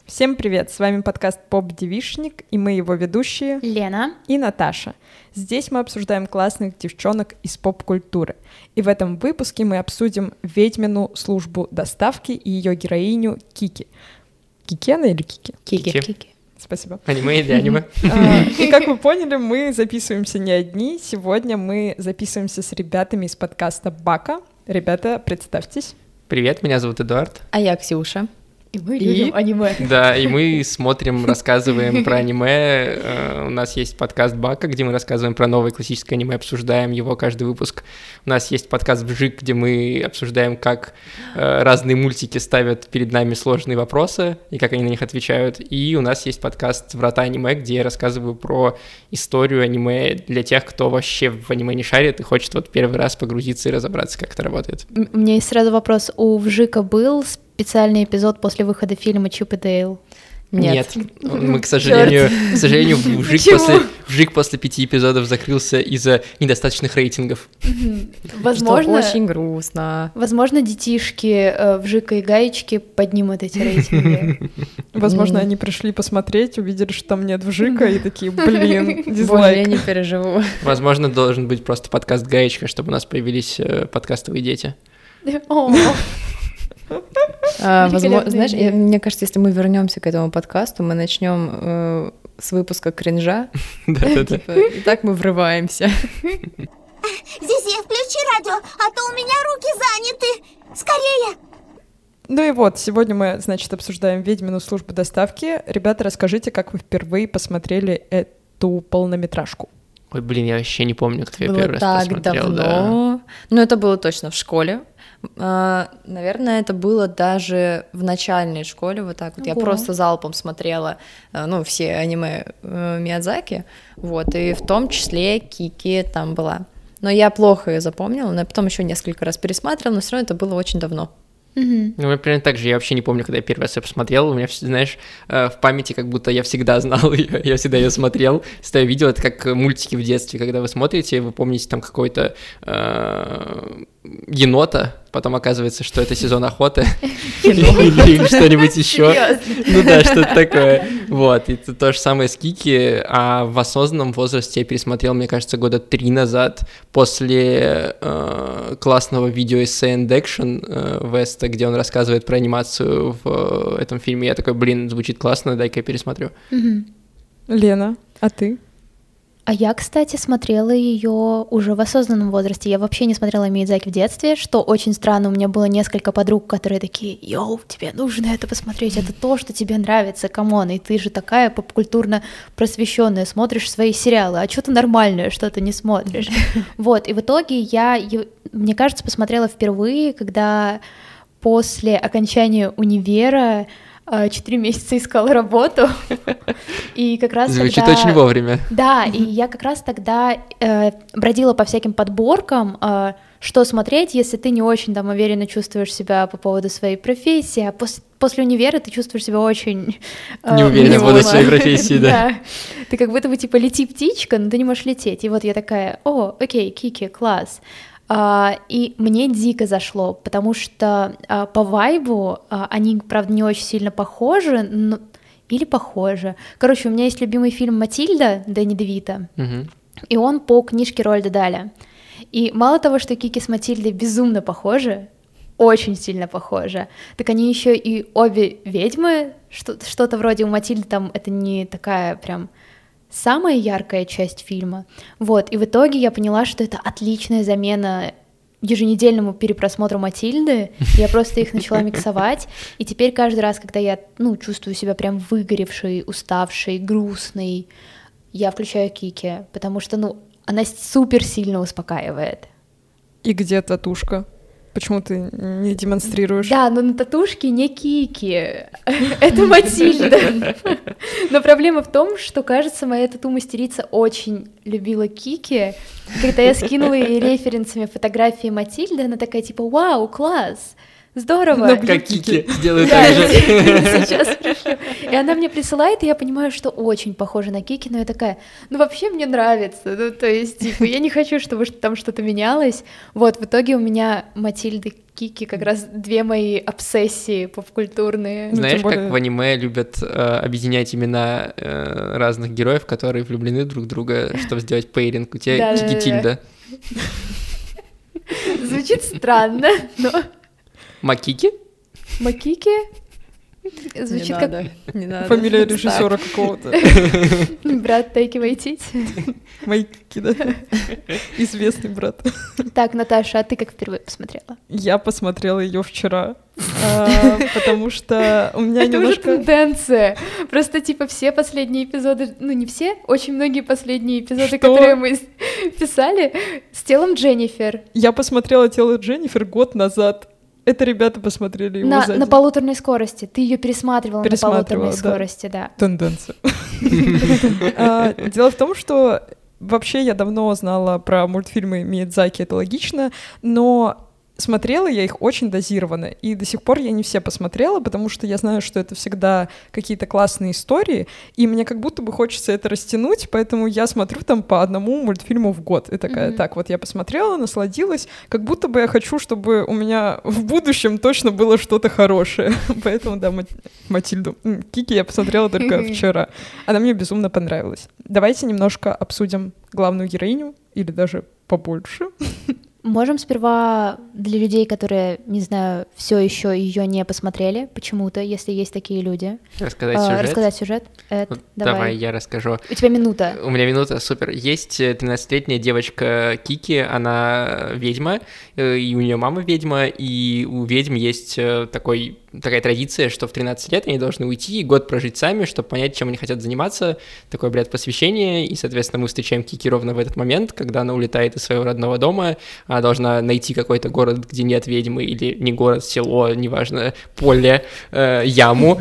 Всем привет! С вами подкаст «Поп-девишник», и мы его ведущие Лена и Наташа. Здесь мы обсуждаем классных девчонок из поп-культуры. И в этом выпуске мы обсудим ведьмину службу доставки и ее героиню Кики. Кикена или Кики? Кики. Спасибо. Аниме или аниме. И как вы поняли, мы записываемся не одни. Сегодня мы записываемся с ребятами из подкаста «Бака». Ребята, представьтесь. Привет, меня зовут Эдуард. А я Ксюша. И мы любим аниме. Да, и мы смотрим, рассказываем про аниме. У нас есть подкаст «Бака», где мы рассказываем про новое классическое аниме, обсуждаем его каждый выпуск. У нас есть подкаст «Вжик», где мы обсуждаем, как разные мультики ставят перед нами сложные вопросы и как они на них отвечают. И у нас есть подкаст «Врата аниме», где я рассказываю про историю аниме для тех, кто вообще в аниме не шарит и хочет вот первый раз погрузиться и разобраться, как это работает. У меня есть сразу вопрос. У Вжика был специальный эпизод после выхода фильма «Чип и Дейл»? Нет. Мы, к сожалению, Вжик после 5 эпизодов закрылся из-за недостаточных рейтингов. Возможно, что очень грустно. Возможно, детишки Вжика и Гаечки поднимут эти рейтинги. Возможно, они пришли посмотреть, увидели, что там нет Вжика, и такие, блин, Боже, дизлайк. я не переживу. Возможно, должен быть просто подкаст «Гаечка», чтобы у нас появились подкастовые дети. Возможно, знаешь, мне кажется, если мы вернемся к этому подкасту, мы начнем с выпуска кринжа. Да-да-да. И так мы врываемся. Зизи, включи радио, а то у меня руки заняты. Скорее! Ну и вот, сегодня мы, значит, обсуждаем ведьмину службу доставки. Ребята, расскажите, как вы впервые посмотрели эту полнометражку. Ой, блин, я вообще не помню, как я Было первый раз так посмотрел. давно. Но это было точно в школе. Наверное, это было даже в начальной школе, вот так вот. Я просто залпом смотрела, все аниме Миядзаки, вот, и в том числе Кики там была. Но я плохо ее запомнила, но я потом еще несколько раз пересматривала, но все равно это было очень давно. Ну, примерно так же, я вообще не помню, когда я первый раз ее посмотрел, у меня, знаешь, в памяти как будто я всегда знал ее, я всегда ее смотрел, всегда видел, это как мультики в детстве, когда вы смотрите, вы помните там какой-то енота, потом оказывается, что это сезон охоты или что-нибудь еще. Ну да, что-то такое. Вот, и это то же самое с Кики, а в осознанном возрасте я пересмотрел, мне кажется, 3 года назад, после классного видеоэссе and Action Веста, где он рассказывает про анимацию в этом фильме. Я такой, блин, звучит классно, дай-ка я пересмотрю. Лена, а ты? А я, кстати, смотрела ее уже в осознанном возрасте. Я вообще не смотрела Миядзаки в детстве, что очень странно. У меня было несколько подруг, которые такие: «Йоу, тебе нужно это посмотреть, это то, что тебе нравится, камон, и ты же такая попкультурно просвещенная, смотришь свои сериалы, а что-то нормальное, что ты не смотришь». Вот, и в итоге я, мне кажется, посмотрела впервые, когда после окончания универа 4 месяца искала работу, и как раз звучит тогда... очень вовремя. Да, и я как раз тогда бродила по всяким подборкам, что смотреть, если ты не очень там уверенно чувствуешь себя по поводу своей профессии, а после универа ты чувствуешь себя очень... неуверенно по поводу своей профессии, да. Ты как будто бы типа лети птичка, но ты не можешь лететь. И вот я такая: о, окей, Кики, класс. И мне дико зашло, потому что по вайбу они, правда, не очень сильно похожи, но... или похожи. Короче, у меня есть любимый фильм «Матильда» Дэнни де Вито, и он по книжке Роальда Даля. И мало того, что Кики с Матильдой безумно похожи, очень сильно похожи, так они еще и обе ведьмы, что-то вроде у Матильды там это не такая прям... самая яркая часть фильма. Вот, и в итоге я поняла, что это отличная замена еженедельному перепросмотру Матильды. Я просто их начала миксовать, и теперь каждый раз, когда я, чувствую себя прям выгоревшей, уставшей, грустной, я включаю Кики, потому что, она супер сильно успокаивает. И где татушка? Почему ты не демонстрируешь? Да, но на татушке не Кики, это Матильда. Но проблема в том, что, кажется, моя тату-мастерица очень любила Кики. Когда я скинула ей референсами фотографии Матильды, она такая типа: «Вау, класс!» Здорово. Как Кики, сделаю Да, так же. сейчас пришлю. И она мне присылает, и я понимаю, что очень похоже на Кики, но я такая, ну вообще мне нравится, ну то есть, типа, я не хочу, чтобы там что-то менялось. Вот, в итоге у меня Матильда и Кики как раз две мои обсессии попкультурные. Знаешь, тем более- как в аниме любят объединять имена разных героев, которые влюблены друг в друга, чтобы сделать пейринг? У тебя Да-да-да. Кики-Тильда. Звучит странно, но Макики? Макики звучит не как надо, не надо. Фамилия режиссера какого-то. брат Тайки Вайтити. Майки, да. Известный брат. Так, Наташа, а ты как впервые посмотрела? Я посмотрела ее вчера, потому что у меня Это уже немножко... тенденция. Просто, типа, все последние эпизоды, ну, не все, очень многие последние эпизоды, Что? которые мы писали, с телом Дженнифер. Я посмотрела «Тело Дженнифер» год назад. Это ребята посмотрели его На сзади. полуторной скорости. Ты ее пересматривала на Пересматривала, полуторной да. скорости, да. Тенденция. Дело в том, что вообще я давно знала про мультфильмы Миядзаки, это логично, но смотрела я их очень дозированно, и до сих пор я не все посмотрела, потому что я знаю, что это всегда какие-то классные истории, и мне как будто бы хочется это растянуть, поэтому я смотрю там по одному мультфильму в год, и такая, так, вот я посмотрела, насладилась, как будто бы я хочу, чтобы у меня в будущем точно было что-то хорошее, поэтому, да, Матильду. Кики я посмотрела только вчера, она мне безумно понравилась. Давайте немножко обсудим главную героиню, или даже побольше. Можем сперва для людей, которые, не знаю, все еще ее не посмотрели, почему-то, если есть такие люди, Рассказать сюжет? рассказать сюжет. Вот давай, я расскажу. У тебя минута. У меня минута, супер. Есть 13-летняя девочка Кики, она ведьма, и у нее мама ведьма, и у ведьм есть такая традиция, что в 13 лет они должны уйти и год прожить сами, чтобы понять, чем они хотят заниматься, такой обряд посвящения, и, соответственно, мы встречаем Кики ровно в этот момент, когда она улетает из своего родного дома, она должна найти какой-то город, где нет ведьмы, или не город, село, неважно, поле, яму,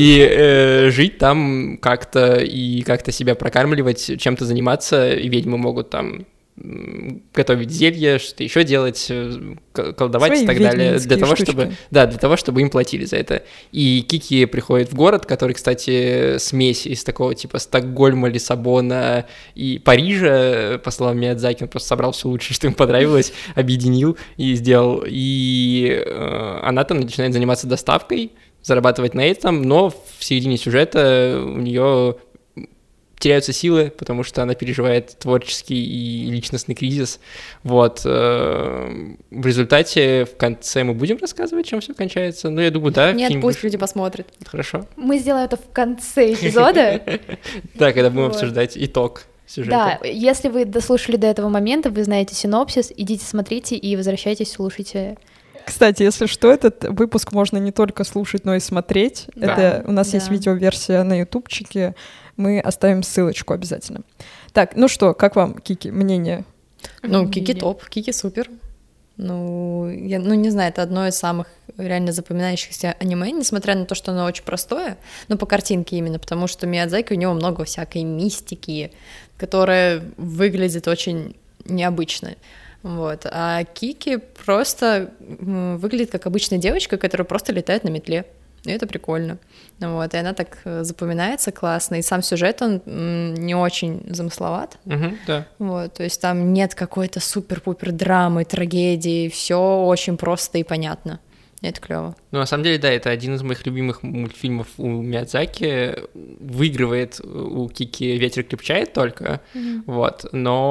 и жить там как-то, и как-то себя прокармливать, чем-то заниматься, и ведьмы могут там готовить зелья, что-то еще делать, колдовать Свои и так далее, ведьминские для того, штучки. для того, чтобы им платили за это. И Кики приходит в город, который, кстати, смесь из такого типа Стокгольма, Лиссабона и Парижа, по словам Миядзаки, он просто собрал все лучшее, что им понравилось, объединил и сделал. И она там начинает заниматься доставкой, зарабатывать на этом, но в середине сюжета у нее теряются силы, потому что она переживает творческий и личностный кризис. Вот. В результате в конце мы будем рассказывать, чем все кончается. Ну, я думаю, да. Нет, фильм пусть вышел. люди посмотрят. Хорошо. Мы сделаем это в конце эпизода. Да, когда будем Вот. обсуждать итог сюжета. Да, если вы дослушали до этого момента, вы знаете синопсис, идите смотрите и возвращайтесь, слушайте. Кстати, если что, этот выпуск можно не только слушать, но и смотреть. Да. Это у нас Да. есть видеоверсия на ютубчике. Мы оставим ссылочку обязательно. Так, ну что, как вам, Кики, мнение? Ну, Кики топ, Кики супер. Ну, я не знаю, это одно из самых реально запоминающихся аниме, несмотря на то, что оно очень простое, но по картинке именно, потому что Миядзаки, у него много всякой мистики, которая выглядит очень необычно. Вот. А Кики просто выглядит как обычная девочка, которая просто летает на метле. И это прикольно. Вот. И она так запоминается классно. И сам сюжет, он не очень замысловат. Да. Вот. То есть там нет какой-то супер-пупер драмы, трагедии. Все очень просто и понятно. И это клево. Ну, на самом деле, да, это один из моих любимых мультфильмов у Миядзаки. Выигрывает у Кики «Ветер крепчает» только, вот,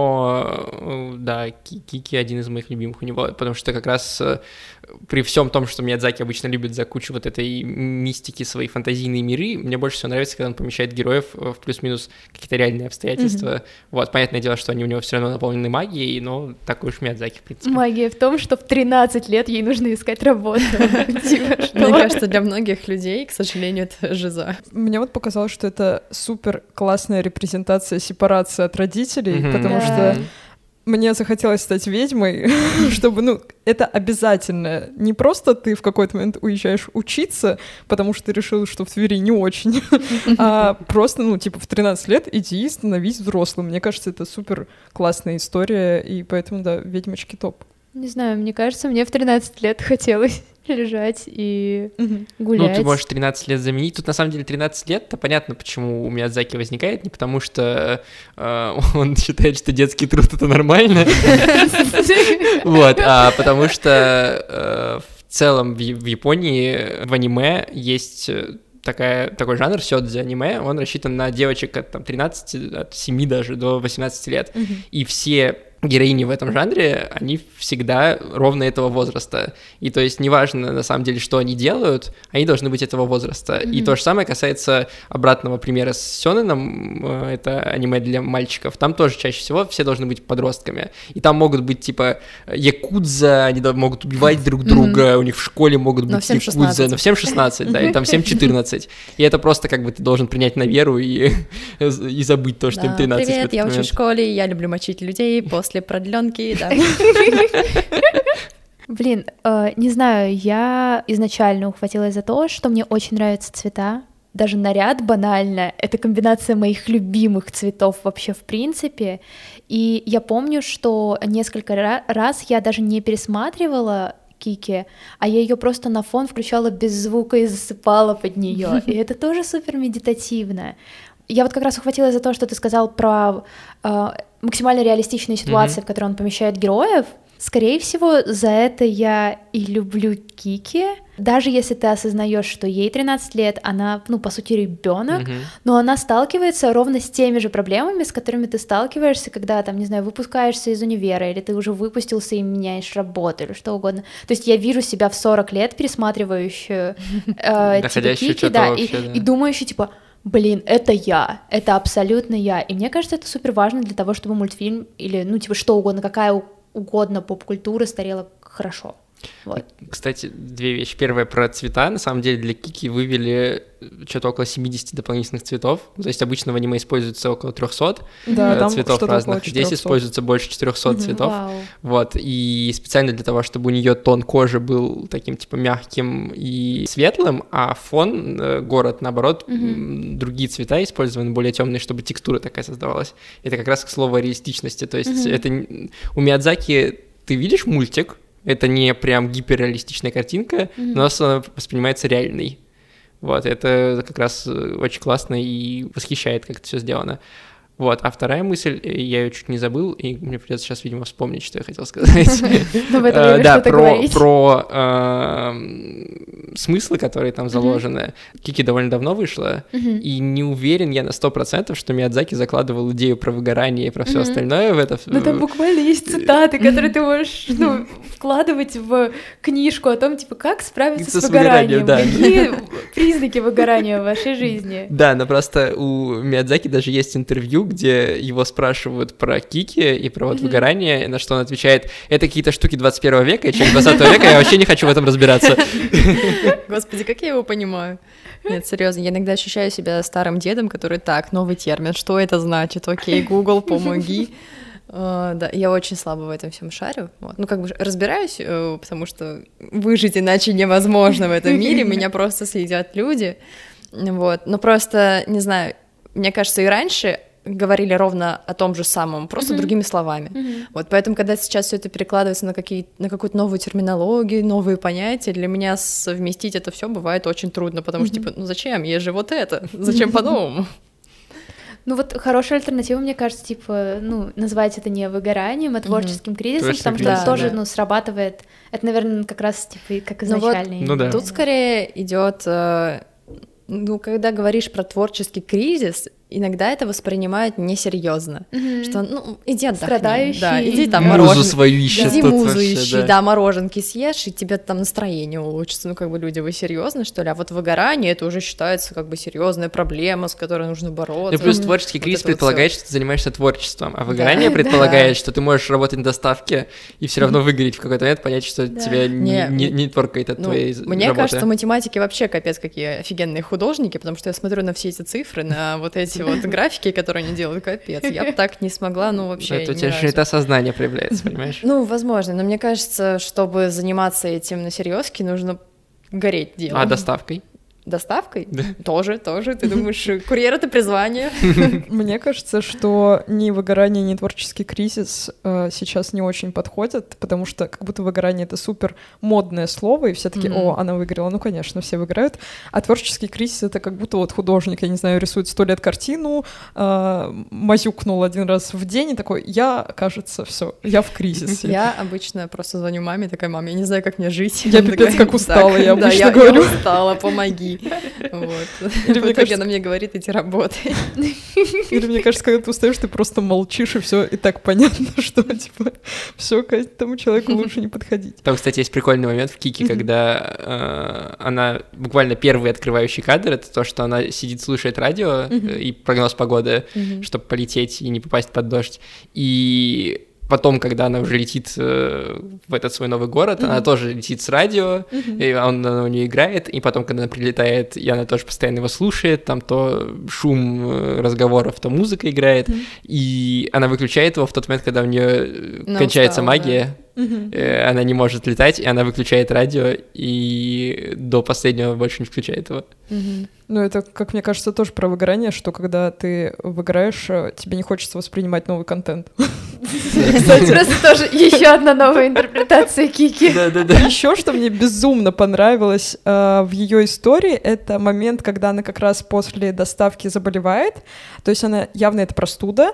но, да, Кики один из моих любимых у него, потому что как раз при всем том, что Миядзаки обычно любит за кучу вот этой мистики, свои фантазийные миры, мне больше всего нравится, когда он помещает героев в плюс-минус какие-то реальные обстоятельства. Вот, понятное дело, что они у него все равно наполнены магией, но такой уж Миядзаки, в принципе. Магия в том, что в 13 лет ей нужно искать работу. Мне кажется, для многих людей, к сожалению, это жиза. Мне вот показалось, что это супер классная репрезентация сепарации от родителей, потому что мне захотелось стать ведьмой, чтобы, это обязательно. Не просто ты в какой-то момент уезжаешь учиться, потому что ты решил, что в Твери не очень, а просто, в 13 лет иди и становись взрослым. Мне кажется, это супер классная история, и поэтому, да, ведьмочки топ. Не знаю, мне кажется, мне в 13 лет хотелось лежать и гулять. Ну, ты можешь 13 лет заменить. Тут, на самом деле, 13 лет, то понятно, почему у Миядзаки возникает, не потому что он считает, что детский труд — это нормально, вот, а потому что в целом в Японии в аниме есть такой жанр сёдзе аниме, он рассчитан на девочек от 13, от 7 даже до 18 лет, и все героини в этом жанре, они всегда ровно этого возраста. И то есть неважно, на самом деле, что они делают, они должны быть этого возраста. И то же самое касается обратного примера с сёнэном, это аниме для мальчиков. Там тоже чаще всего все должны быть подростками. И там могут быть, типа, якудза, они могут убивать друг друга, у них в школе могут быть якудза, но всем 16, да, и там всем 14. И это просто как бы ты должен принять на веру и забыть то, что им 13. Привет, я учусь в школе, я люблю мочить людей после продленки, да. Блин, не знаю, я изначально ухватилась за то, что мне очень нравятся цвета. Даже наряд банально — это комбинация моих любимых цветов вообще в принципе. И я помню, что несколько раз я даже не пересматривала Кики, а я ее просто на фон включала без звука и засыпала под нее. И это тоже супер медитативно. Я вот как раз ухватилась за то, что ты сказал про максимально реалистичные ситуации, в которые он помещает героев. Скорее всего, за это я и люблю Кики. Даже если ты осознаешь, что ей 13 лет, она, ну, по сути, ребенок, но она сталкивается ровно с теми же проблемами, с которыми ты сталкиваешься, когда, там, не знаю, выпускаешься из универа, или ты уже выпустился и меняешь работу, или что угодно. То есть я вижу себя в 40 лет, пересматривающую типа Кики, да, и думающую, типа, блин, это я, это абсолютно я. И мне кажется, это супер важно для того, чтобы мультфильм или, ну, типа, что угодно, какая угодно поп-культура старела хорошо. Вот. Кстати, две вещи. Первое про цвета. На самом деле для Кики вывели что-то около 70 дополнительных цветов. То есть обычно в аниме используется около 300 цветов разных. Здесь используется больше 400 цветов. Вот. И специально для того, чтобы у нее тон кожи был таким типа мягким и светлым, а фон, город, наоборот, другие цвета использованы, более темные, чтобы текстура такая создавалась. Это как раз к слову о реалистичности. То есть это у Миядзаки ты видишь мультик, это не прям гиперреалистичная картинка, но она воспринимается реальной. Вот, это как раз очень классно и восхищает, как это все сделано. Вот, а вторая мысль, я ее чуть не забыл, и мне придется сейчас, видимо, вспомнить, что я хотел сказать. Да, про смыслы, которые там заложены. Кики довольно давно вышла, и не уверен я на 100%, что Миядзаки закладывал идею про выгорание и про все остальное в это. Ну там буквально есть цитаты, которые ты можешь вкладывать в книжку о том, типа, как справиться с выгоранием, какие признаки выгорания в вашей жизни. Да, но просто у Миядзаки даже есть интервью, где его спрашивают про Кики и про вот выгорание, на что он отвечает: это какие-то штуки 21 века, и человек 20 века, я вообще не хочу в этом разбираться. Господи, как я его понимаю. Нет, серьезно, я иногда ощущаю себя старым дедом, который: так, новый термин, что это значит? Окей, Google, помоги. Да, я очень слабо в этом всем шарю. Вот. Ну, как бы разбираюсь, потому что выжить иначе невозможно в этом мире, меня просто съедят люди. Вот. Но просто, не знаю, мне кажется, и раньше говорили ровно о том же самом, просто другими словами. Вот, поэтому, когда сейчас все это перекладывается на какую-то новую терминологию, новые понятия, для меня совместить это все бывает очень трудно, потому что, типа, ну зачем? Есть же вот это, зачем по-новому? Ну вот хорошая альтернатива, мне кажется, типа, ну, называть это не выгоранием, а творческим кризисом, потому что это тоже, ну, срабатывает. Это, наверное, как раз, типа, как изначально. Ну да. Тут скорее идет, ну, когда говоришь про творческий кризис, иногда это воспринимают несерьезно, что, ну, иди отдохни, страдающий, да, иди там музу свою ищет, иди музу ищи, да, мороженки съешь, и тебе там настроение улучшится, ну, как бы, люди, вы серьезно, что ли? А вот выгорание, это уже считается, как бы, серьезная проблема, с которой нужно бороться. Ну, плюс творческий кризис предполагает, что ты занимаешься творчеством, а выгорание предполагает, что ты можешь работать на доставке и все равно выгореть в какой-то момент, понять, что тебя не торкает от твоей работы. Мне кажется, математики вообще капец какие офигенные художники, потому что я смотрю на все эти цифры, на вот эти вот графики, которые они делают, капец. Я бы так не смогла, ну, вообще это у тебя же это сознание проявляется, понимаешь? Ну, возможно, но мне кажется, чтобы заниматься этим на серьезке, нужно гореть делом. А доставкой? доставкой? Тоже. Ты думаешь, курьер — это призвание? Мне кажется, что ни выгорание, ни творческий кризис сейчас не очень подходят, потому что как будто выгорание — это супер модное слово, и все таки о, она выгорела, ну, конечно, все выгорают. А творческий кризис — это как будто вот художник, я не знаю, рисует 100 лет картину, мазюкнул один раз в день и такой: я, кажется, все, я в кризисе. Я обычно просто звоню маме, такая: мам, я не знаю, как мне жить. Я пипец как устала, я обычно говорю. Я устала, помоги. Вот. Или в итоге она мне говорит: иди работай. Или мне кажется, когда ты устаешь, ты просто молчишь, и все и так понятно, что типа все к этому человеку лучше не подходить. Там, кстати, есть прикольный момент в Кике, когда она буквально первый открывающий кадр — это то, что она сидит, слушает радио и прогноз погоды, чтобы полететь и не попасть под дождь. И потом, когда она уже летит в этот свой новый город, она тоже летит с радио, и он у нее играет, и потом, когда она прилетает, и она тоже постоянно его слушает, там то шум разговоров, то музыка играет, и она выключает его в тот момент, когда у нее кончается магия. Она не может летать, и она выключает радио, и до последнего больше не включает его. Ну, это, как мне кажется, тоже про выгорание, что когда ты выгораешь, тебе не хочется воспринимать новый контент. Кстати, просто тоже еще одна новая интерпретация Кики. Да-да-да. Еще что мне безумно понравилось в ее истории, это момент, когда она как раз после доставки заболевает, то есть она явно это простуда,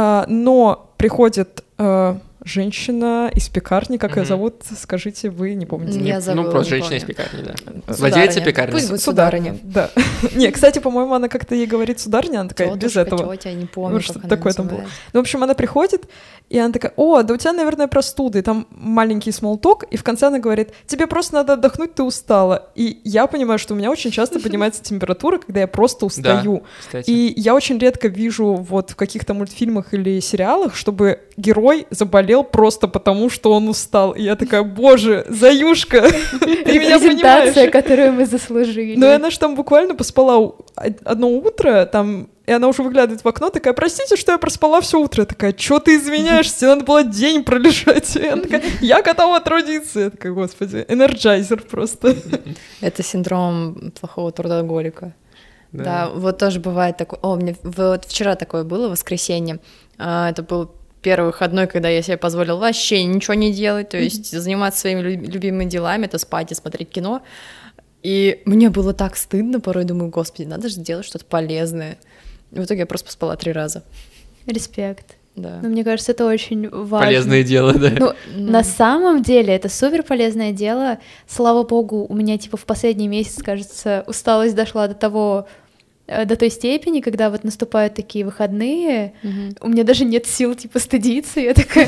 но приходит женщина из пекарни, как ее зовут, скажите, вы не помните? Я забыла, ну, просто женщина из пекарни, да. Владелица пекарни. Пусть будет сударыня. Да. Не, кстати, по-моему, она как-то ей говорит сударыня, она такая, без этого. Тетя, не помню, что такое там было. Ну, в общем, она приходит, и она такая: о, да у тебя, наверное, простуда, и там маленький смолток, и в конце она говорит: тебе просто надо отдохнуть, ты устала. И я понимаю, что у меня очень часто поднимается температура, когда я просто устаю. И я очень редко вижу вот в каких-то мультфильмах или сериалах, чтобы герой заболел просто потому, что он устал. И я такая: боже, Заюшка, ты меня понимаешь. Презентация, которую мы заслужили. Ну, и она же там буквально поспала одно утро, там, и она уже выглядывает в окно, такая: простите, что я проспала все утро. Я такая: чё ты извиняешься, тебе надо было день пролежать. И она такая: я готова трудиться. Я такая: господи, энерджайзер просто. Это синдром плохого трудоголика. Да, вот тоже бывает такое. О, мне вот вчера такое было, воскресенье. Это был первый выходной, когда я себе позволила вообще ничего не делать, то есть заниматься своими любимыми делами, это спать и смотреть кино. И мне было так стыдно, порой думаю: господи, надо же делать что-то полезное. И в итоге я просто поспала 3 раза. Респект. Да. Но мне кажется, это очень важно. Полезное дело, да. Ну, на самом деле, это супер полезное дело. Слава богу, у меня, типа, в последний месяц, кажется, усталость дошла до той степени, когда вот наступают такие выходные, у меня даже нет сил, типа, стыдиться, я такая: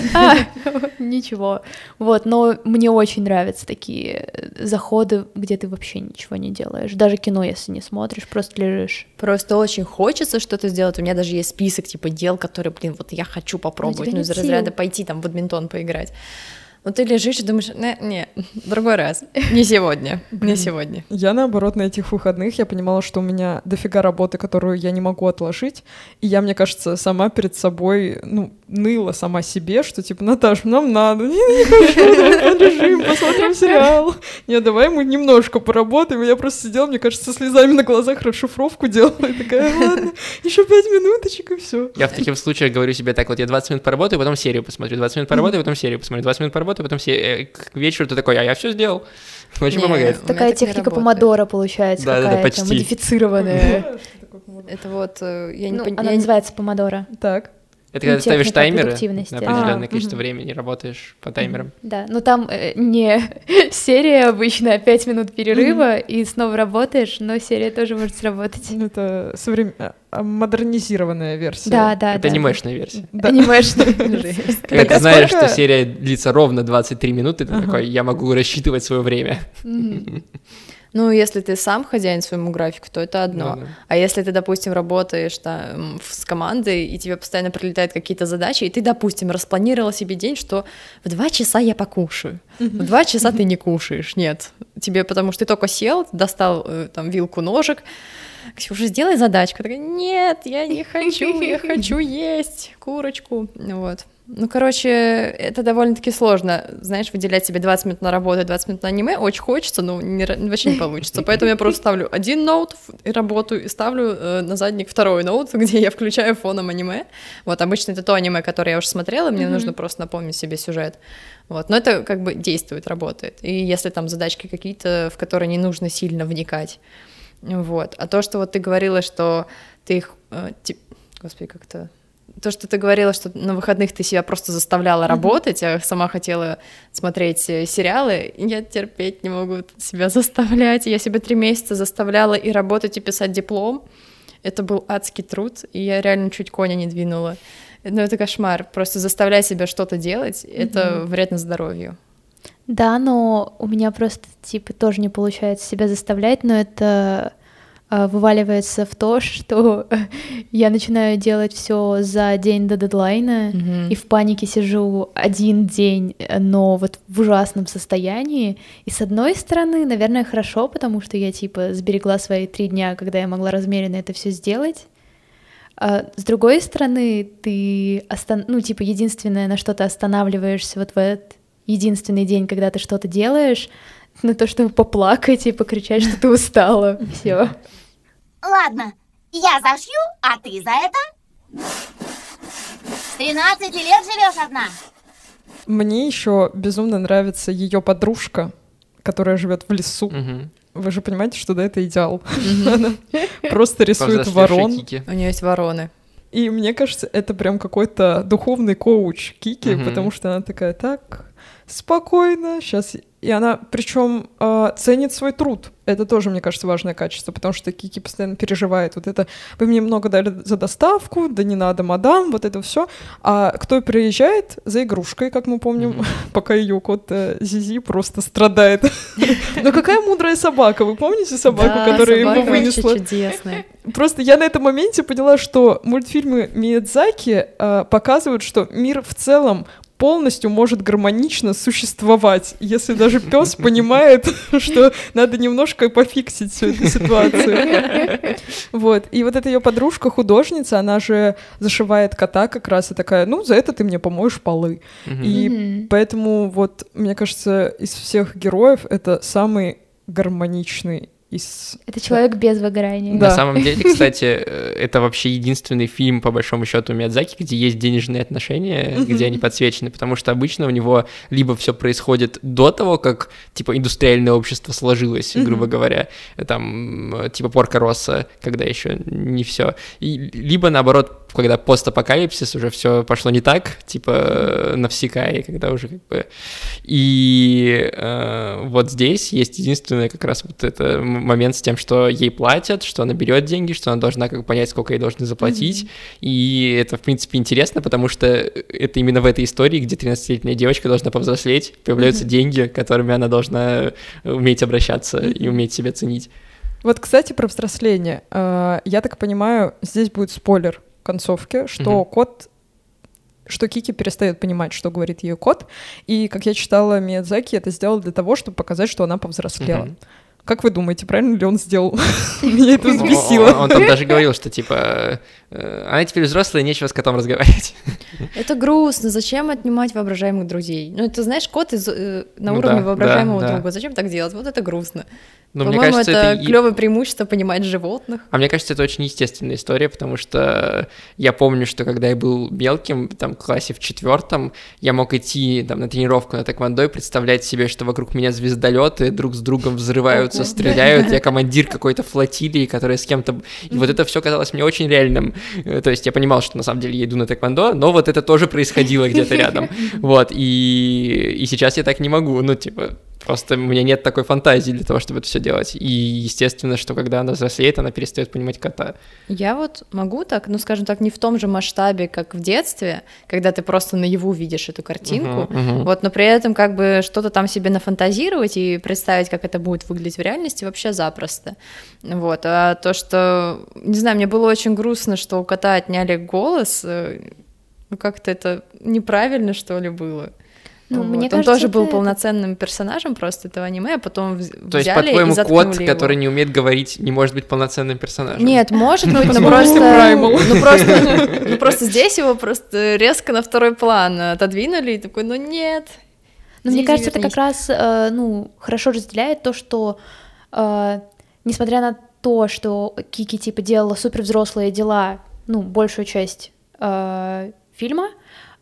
ничего. Вот, но мне очень нравятся такие заходы, где ты вообще ничего не делаешь, даже кино, если не смотришь, просто лежишь. Просто очень хочется что-то сделать, у меня даже есть список, типа, дел, которые, блин, вот я хочу попробовать, ну, из разряда пойти там в бадминтон поиграть. Но ты лежишь и думаешь: не, другой раз, не сегодня, не сегодня. Я, наоборот, на этих выходных я понимала, что у меня дофига работы, которую я не могу отложить, и я, мне кажется, сама перед собой, ну, ныла сама себе, что, типа: Наташ, нам надо, не хочу, давай полежим, посмотрим сериал. Нет, давай мы немножко поработаем. И я просто сидела, мне кажется, со слезами на глазах расшифровку делала, и такая: ладно, еще 5 минуточек, и все. Я в таких случаях говорю себе так: вот я 20 минут поработаю, потом серию посмотрю, 20 минут поработаю, потом серию посмотрю, 20 минут поработаю, потом серию. К вечеру ты такой: а я все сделал. Очень помогает. Такая техника помодоро получается, какая-то модифицированная. Это вот, я не понимаю. Она называется помодоро. Так. Это когда ты ставишь таймеры на на определенное количество времени, работаешь по таймерам. Да, но там не серия обычно, 5 минут перерыва, и снова работаешь, но серия тоже может сработать. Это модернизированная версия. Да. Это анимешная версия. Анимешная. Когда ты знаешь, что серия длится ровно 23 минуты, ты такой: я могу рассчитывать свое время. Ну, если ты сам хозяин своему графику, то это одно. Да. А если ты, допустим, работаешь там с командой, и тебе постоянно прилетают какие-то задачи, и ты, допустим, распланировала себе день, что в 2 часа я покушаю, в 2 часа ты не кушаешь, нет. Тебе, потому что ты только сел, достал там вилку, ножик, Ксюша, сделай задачку. Такая: нет, я не хочу, я хочу есть курочку. Вот. Ну, короче, это довольно-таки сложно, знаешь, выделять себе 20 минут на работу и 20 минут на аниме. Очень хочется, но вообще не получится. Поэтому я просто ставлю один ноут и работаю, и ставлю на задник второй ноут, где я включаю фоном аниме. Вот, обычно это то аниме, которое я уже смотрела, мне нужно просто напомнить себе сюжет. Вот, но это как бы действует, работает. И если там задачки какие-то, в которые не нужно сильно вникать. Вот. А то, что вот ты говорила, что ты их... Господи, как-то... То, что ты говорила, что на выходных ты себя просто заставляла работать, а сама хотела смотреть сериалы, я терпеть не могу себя заставлять. Я себя 3 месяца заставляла и работать, и писать диплом. Это был адский труд, и я реально чуть коня не двинула. Но это кошмар. Просто заставлять себя что-то делать, это вредно здоровью. Да, но у меня просто, типа, тоже не получается себя заставлять, но это вываливается в то, что я начинаю делать все за день до дедлайна, и в панике сижу 1 день, но вот в ужасном состоянии. И с одной стороны, наверное, хорошо, потому что я, типа, сберегла свои 3 дня, когда я могла размеренно это все сделать. А с другой стороны, ты, типа, единственное, на что ты останавливаешься вот в этот единственный день, когда ты что-то делаешь, на то, чтобы поплакать и покричать, что ты устала. Все. Ладно, я зашью, а ты за это? С 13 лет живешь одна? Мне еще безумно нравится ее подружка, которая живет в лесу. Вы же понимаете, что да, это идеал. Она просто рисует ворон. У нее есть вороны. И мне кажется, это прям какой-то духовный коуч Кики, потому что она такая, так, спокойно, сейчас... И она, причем, ценит свой труд. Это тоже, мне кажется, важное качество, потому что Кики постоянно переживает вот это. Вы мне много дали за доставку, да не надо, мадам, вот это все. А кто приезжает за игрушкой, как мы помним, пока ее кот Зизи просто страдает. Но какая мудрая собака. Вы помните собаку, которая его вынесла? Чудесная. Просто я на этом моменте поняла, что мультфильмы Миядзаки показывают, что мир в целом полностью может гармонично существовать, если даже пес понимает, что надо немножко пофиксить всю эту ситуацию. Вот. И вот эта ее подружка, художница, она же зашивает кота как раз и такая, ну, за это ты мне помоешь полы. И поэтому вот, мне кажется, из всех героев это самый гармоничный Это человек без выгорания. Да. На самом деле, кстати, это вообще единственный фильм, по большому счету, Миядзаки, где есть денежные отношения, где они подсвечены, потому что обычно у него либо все происходит до того, как, типа, индустриальное общество сложилось, грубо говоря, там, типа, Порко Россо, когда еще не все, либо, наоборот, когда постапокалипсис, уже все пошло не так, типа, Навсекай, когда уже как бы... И вот здесь есть единственное как раз вот это момент с тем, что ей платят, что она берет деньги, что она должна как бы понять, сколько ей должны заплатить, и это, в принципе, интересно, потому что это именно в этой истории, где 13-летняя девочка должна повзрослеть, появляются деньги, которыми она должна уметь обращаться и уметь себя ценить. Вот, кстати, про взросление. Я так понимаю, здесь будет спойлер концовки, что что Кики перестает понимать, что говорит ее кот, и, как я читала, Миядзаки это сделал для того, чтобы показать, что она повзрослела. Как вы думаете, правильно ли он сделал? Меня это взбесило. Он там даже говорил, что типа, она теперь взрослая, нечего с котом разговаривать. Это грустно, зачем отнимать воображаемых друзей? Ну, это, знаешь, кот на уровне воображаемого друга, зачем так делать? Вот это грустно. Но по-моему, мне кажется, это клёвое преимущество понимать животных. А мне кажется, это очень естественная история, потому что я помню, что когда я был мелким, там, в классе в 4, я мог идти там, на тренировку на тэквондо и представлять себе, что вокруг меня звездолеты друг с другом взрываются, стреляют, я командир какой-то флотилии, которая с кем-то... И вот это все казалось мне очень реальным. То есть я понимал, что на самом деле я иду на тэквондо, но вот это тоже происходило где-то рядом. Вот, и сейчас я так не могу, ну, типа... Просто у меня нет такой фантазии для того, чтобы это все делать. И естественно, что когда она взрослеет, она перестает понимать кота. Я вот могу так, ну, скажем так, не в том же масштабе, как в детстве, когда ты просто наяву видишь эту картинку, вот, но при этом как бы что-то там себе нафантазировать и представить, как это будет выглядеть в реальности, вообще запросто. Вот, а то, что, не знаю, мне было очень грустно, что у кота отняли голос, ну, как-то это неправильно, что ли, было. Ну, мне Он кажется, тоже был это- полноценным персонажем просто этого аниме, а потом То есть, взяли по-твоему, и заткнули кот, его. который не умеет говорить, не может быть полноценным персонажем? Нет, может быть, но Потому просто... что Праймал. Ну, просто здесь его просто резко на второй план отодвинули, и такой, ну нет. Но мне Зизи, кажется, это вернись. как раз, ну, хорошо разделяет то, что, несмотря на то, что Кики, типа, делала супер взрослые дела, ну, большую часть фильма,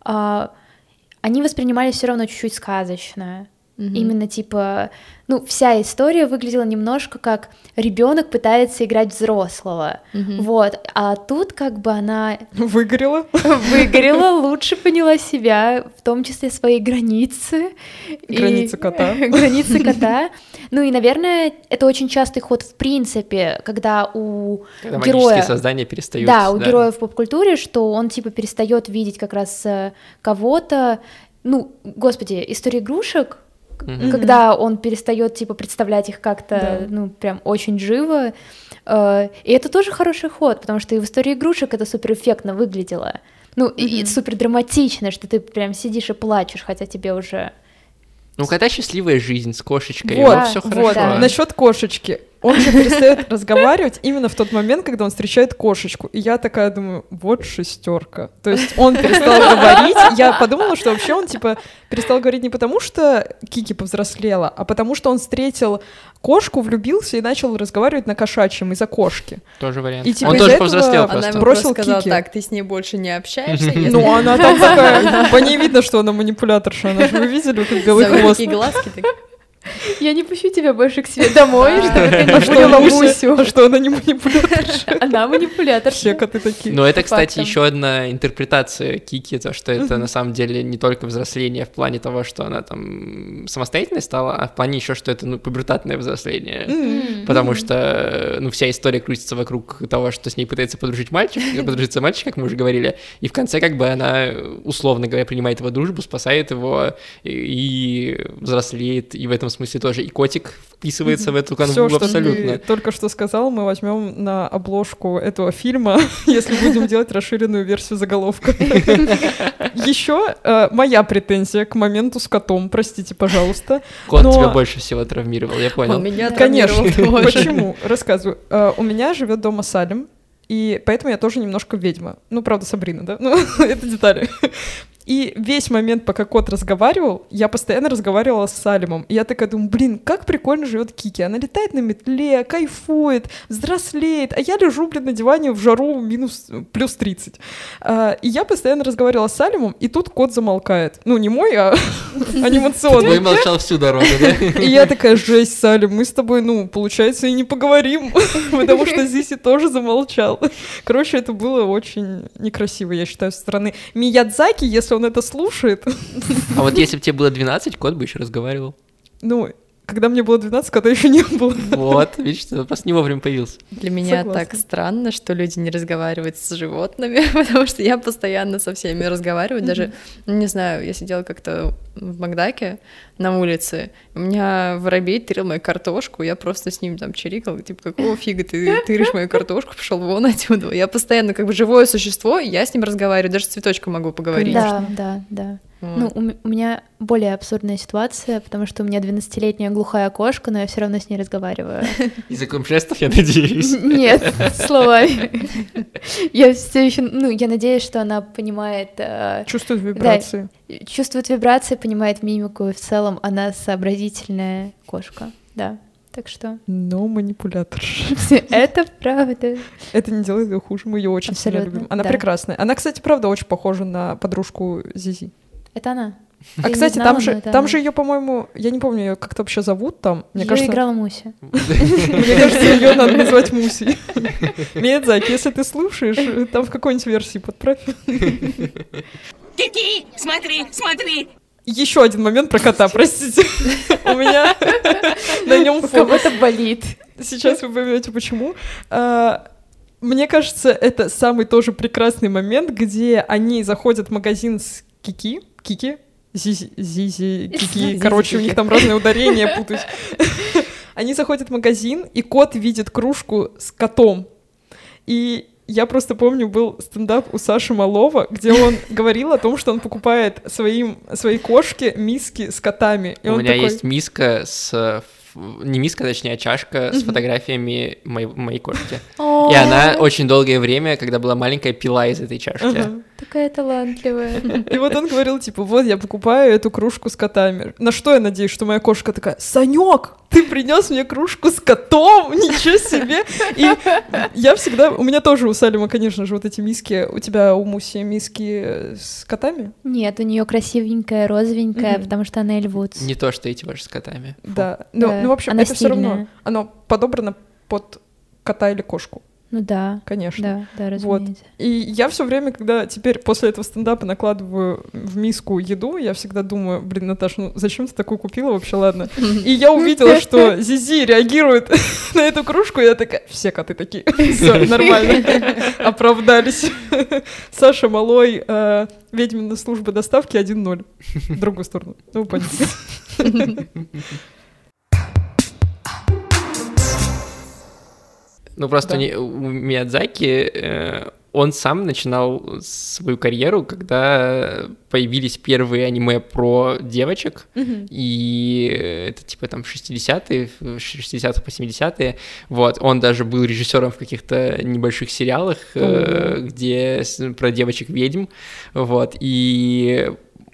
они воспринимались все равно чуть-чуть сказочно. Именно, типа, ну, вся история выглядела немножко как ребенок пытается играть взрослого. Вот. А тут как бы она Выгорела. выгорела, лучше поняла себя, в том числе свои границы. Границы кота. Границы кота. Ну и, наверное, это очень частый ход в принципе, когда у Когда героя... магические создания перестают... Да, у героя в поп-культуре, что он, типа, перестает видеть как раз кого-то... Ну, господи, история игрушек, когда он перестает, типа, представлять их как-то, Да. ну, прям очень живо. И это тоже хороший ход, потому что и в истории игрушек это супер эффектно выглядело. Ну, и супер драматично, что ты прям сидишь и плачешь, хотя тебе уже... Ну, когда счастливая жизнь с кошечкой, Вот, все вот, хорошо. да. насчет кошечки. Он же перестает разговаривать именно в тот момент, когда он встречает кошечку. И я такая думаю, вот 6. То есть он перестал говорить. Я подумала, что вообще он типа перестал говорить не потому, что Кики повзрослела, а потому что он встретил кошку, влюбился и начал разговаривать на кошачьем из-за кошки. Тоже вариант. И типа Он из-за тоже этого повзрослел она Она просто. ему бросил просто сказала, Кики. так, ты с ней больше не общаешься, если Ну, она там такая, по ней видно, что она манипуляторша. Она же, вы видели, как белый за хвост. такие глазки, так Я не пущу тебя больше к себе домой, чтобы ты А не что поняла она Мусю. А что она не манипуляторша? Она манипулятор. Все коты такие. Но это, По кстати, фактам. еще одна интерпретация Кики, то, что это на самом деле не только взросление в плане того, что она там самостоятельной стала, а в плане еще, что это, ну, пубертатное взросление. Потому что, ну, вся история крутится вокруг того, что с ней пытается подружиться мальчик, как мы уже говорили, и в конце как бы она, условно говоря, принимает его дружбу, спасает его и взрослеет, и в этом смысле тоже и котик вписывается в эту канву Все, что абсолютно. ты только что сказал, мы возьмем на обложку этого фильма, если будем делать расширенную версию заголовка. Еще моя претензия к моменту с котом, простите, пожалуйста. Кот но- тебя больше всего травмировал, я понял. он меня Конечно. травмировал тоже. Почему? Рассказываю. У меня живет дома Салим, и поэтому я тоже немножко ведьма. Ну, правда, Сабрина, да? Ну, это детали. И весь момент, пока кот разговаривал, я постоянно разговаривала с Салимом. И я такая думаю, блин, как прикольно живет Кики. Она летает на метле, кайфует, взрослеет. А я лежу, блин, на диване в жару плюс 30. И я постоянно разговаривала с Салимом, и тут кот замолкает. Ну, не мой, а Твой анимационный. молчал всю дорогу, да? И я такая, жесть, Салим, мы с тобой, ну, получается, и не поговорим, потому что Зиси тоже замолчал. Короче, это было очень некрасиво, я считаю, со стороны Миядзаки, если он это слушает. А вот если бы тебе было 12, кот бы еще разговаривал. Ну, когда мне было 12, кота еще не было. Вот, видишь, ты просто не вовремя появился. Для меня Согласна. так странно, что люди не разговаривают с животными, потому что я постоянно со всеми разговариваю. Даже, ну, не знаю, я сидела как-то в Макдаке на улице, у меня воробей тырил мою картошку, я просто с ним там чирикала, типа, какого фига ты тыришь мою картошку, пошел вон отсюда. Я постоянно как бы живое существо, и я с ним разговариваю, даже с цветочком могу поговорить. Да. Вот. Ну, у меня более абсурдная ситуация, потому что у меня 12-летняя глухая кошка, но я все равно с ней разговариваю. Языком жестов, я надеюсь. Нет, словами. Я все еще, ну, я надеюсь, что она понимает, Чувствует вибрации. чувствует вибрации, понимает мимику, и в целом она сообразительная кошка, да. Так что Но манипулятор. это правда. Это не делает ее хуже, мы ее очень сильно Абсолютно, любим. Она да. прекрасная. Она, кстати, правда, очень похожа на подружку Зизи. Это она. А, Я не кстати, знала, там но же, это там она. же ее, по-моему, я не помню, ее как-то вообще зовут там. Мне Её кажется, играла Муся. мне кажется, ее надо назвать Мусей. Миядзаки, если ты слушаешь, там в какой-нибудь версии подправь. Кики, смотри, смотри. Еще один момент про кота, простите. У меня на нем У фокус. кого-то болит. Сейчас вы поймете, почему. Мне кажется, это самый тоже прекрасный момент, где они заходят в магазин с Кики, Зизи, Кики, короче, у них там разные ударения, путаюсь. Они заходят в магазин, и кот видит кружку с котом. И я просто помню, был стендап у Саши Малова, где он говорил о том, что он покупает своей кошке миски с котами. И у он меня такой... есть миска не миска, точнее, а чашка с фотографиями моей кошки. И она очень долгое время, когда была маленькая, пила из этой чашки. Такая талантливая. И вот он говорил, типа, вот я покупаю эту кружку с котами. На что я надеюсь, что моя кошка такая: Санек, ты принес мне кружку с котом? Ничего себе! И я всегда... У меня тоже у Салима, конечно же, вот эти миски. У тебя, у Муси, миски с котами? Нет, у нее красивенькая, розовенькая, потому что она Эль Вудс. Не то, что эти ваши с котами. Да. Ну, в общем, она это все равно. стильная. Оно подобрано под кота или кошку. Ну да. Конечно. Да, Вот. разумеется. И я все время, когда теперь после этого стендапа накладываю в миску еду, я всегда думаю: блин, Наташа, ну зачем ты такую купила вообще, ладно? И я увидела, что Зизи реагирует на эту кружку, и я такая: все коты такие, все нормально, оправдались. Саша Малой, ведьмина служба доставки 1-0. В другую сторону. Ну, понятно. Ну, просто у Миядзаки, он сам начинал свою карьеру, когда появились первые аниме про девочек, и это типа там 60-е, 60-х по 70-е, вот, он даже был режиссером в каких-то небольших сериалах, где про девочек-ведьм, вот, и...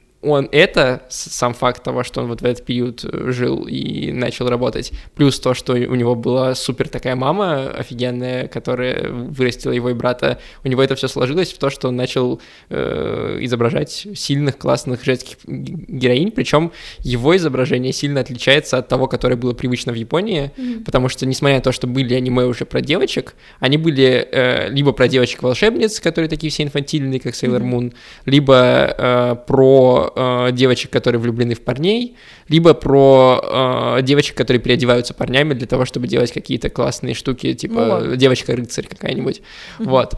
сам факт того, что он вот в этот период жил и начал работать, плюс то, что у него была супер такая мама офигенная, которая вырастила его и брата, у него это все сложилось в то, что он начал изображать сильных, классных женских героинь, причем его изображение сильно отличается от того, которое было привычно в Японии, потому что, несмотря на то, что были аниме уже про девочек, они были либо про девочек-волшебниц, которые такие все инфантильные, как Sailor Moon, либо про девочек, которые влюблены в парней, либо про девочек, которые переодеваются парнями для того, чтобы делать какие-то классные штуки, типа девочка-рыцарь какая-нибудь. Вот.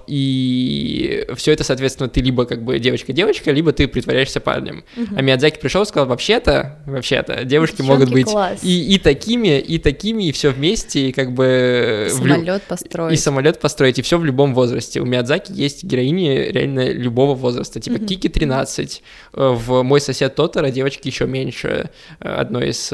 И все это, соответственно, ты либо как бы девочка-девочка, либо ты притворяешься парнем. А Миядзаки пришел и сказал: вообще-то, девушки могут быть и такими, и все вместе, и как бы... Самолет построить. И самолет построить, и все в любом возрасте. У Миядзаки есть героини реально любого возраста, типа Кики 13, в «Мой сосед Тоторо» девочки еще меньше одной из